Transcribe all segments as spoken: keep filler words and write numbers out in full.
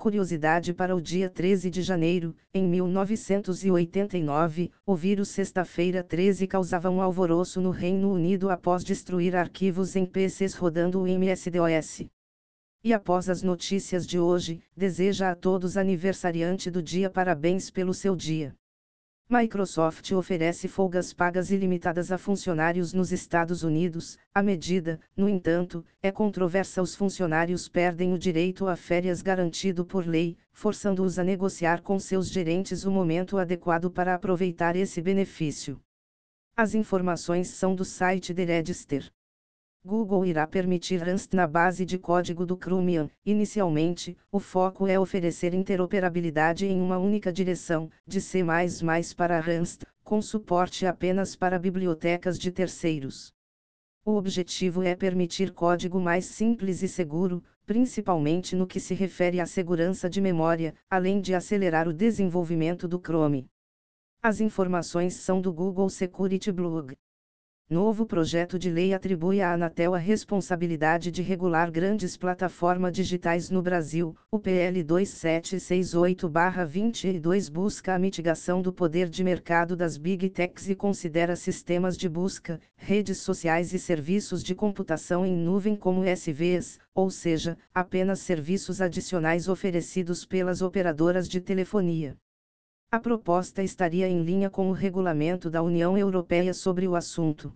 Curiosidade para o dia treze de janeiro, em mil novecentos e oitenta e nove, o vírus sexta-feira treze causava um alvoroço no Reino Unido após destruir arquivos em P Cs rodando o M S DOS. E após as notícias de hoje, deseja a todos aniversariante do dia parabéns pelo seu dia. Microsoft oferece folgas pagas ilimitadas a funcionários nos Estados Unidos. A medida, no entanto, é controversa. Os funcionários perdem o direito a férias garantido por lei, forçando-os a negociar com seus gerentes o momento adequado para aproveitar esse benefício. As informações são do site The Register. Google irá permitir Rust na base de código do Chromium. Inicialmente, o foco é oferecer interoperabilidade em uma única direção, de C mais mais para Rust, com suporte apenas para bibliotecas de terceiros. O objetivo é permitir código mais simples e seguro, principalmente no que se refere à segurança de memória, além de acelerar o desenvolvimento do Chrome. As informações são do Google Security Blog. Novo projeto de lei atribui à Anatel a responsabilidade de regular grandes plataformas digitais no Brasil. O P L dois sete seis oito barra vinte e dois busca a mitigação do poder de mercado das Big Techs e considera sistemas de busca, redes sociais e serviços de computação em nuvem como S Vs, ou seja, apenas serviços adicionais oferecidos pelas operadoras de telefonia. A proposta estaria em linha com o regulamento da União Europeia sobre o assunto.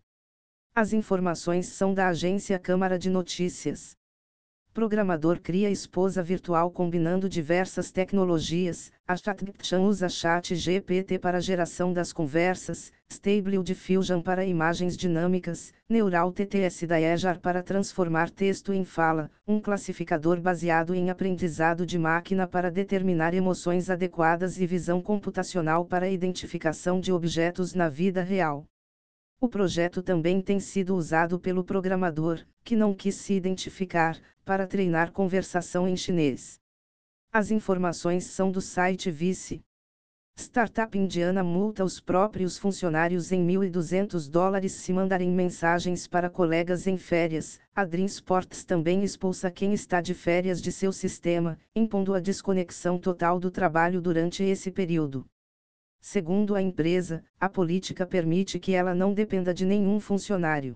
As informações são da agência Câmara de Notícias. Programador cria esposa virtual combinando diversas tecnologias. A ChatGPT usa ChatGPT para geração das conversas, Stable Diffusion para imagens dinâmicas, Neural T T S da Azure para transformar texto em fala, um classificador baseado em aprendizado de máquina para determinar emoções adequadas e visão computacional para a identificação de objetos na vida real. O projeto também tem sido usado pelo programador, que não quis se identificar, para treinar conversação em chinês. As informações são do site Vice. Startup indiana multa os próprios funcionários em mil e duzentos dólares se mandarem mensagens para colegas em férias. A Dream Sports também expulsa quem está de férias de seu sistema, impondo a desconexão total do trabalho durante esse período. Segundo a empresa, a política permite que ela não dependa de nenhum funcionário.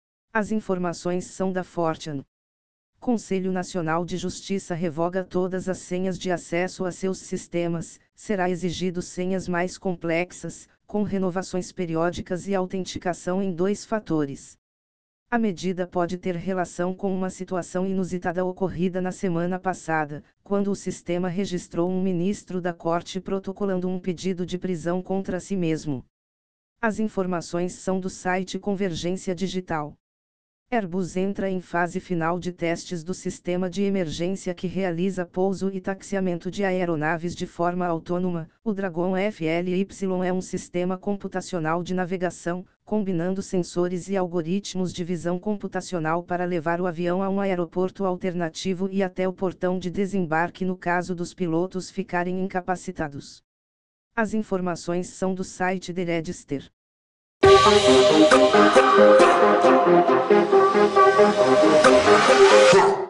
As informações são da Fortune. Conselho Nacional de Justiça revoga todas as senhas de acesso a seus sistemas. Será exigido senhas mais complexas, com renovações periódicas e autenticação em dois fatores. A medida pode ter relação com uma situação inusitada ocorrida na semana passada, quando o sistema registrou um ministro da corte protocolando um pedido de prisão contra si mesmo. As informações são do site Convergência Digital. Airbus entra em fase final de testes do sistema de emergência que realiza pouso e taxiamento de aeronaves de forma autônoma. O Dragon F L Y é um sistema computacional de navegação, combinando sensores e algoritmos de visão computacional para levar o avião a um aeroporto alternativo e até o portão de desembarque no caso dos pilotos ficarem incapacitados. As informações são do site The Register. Huh.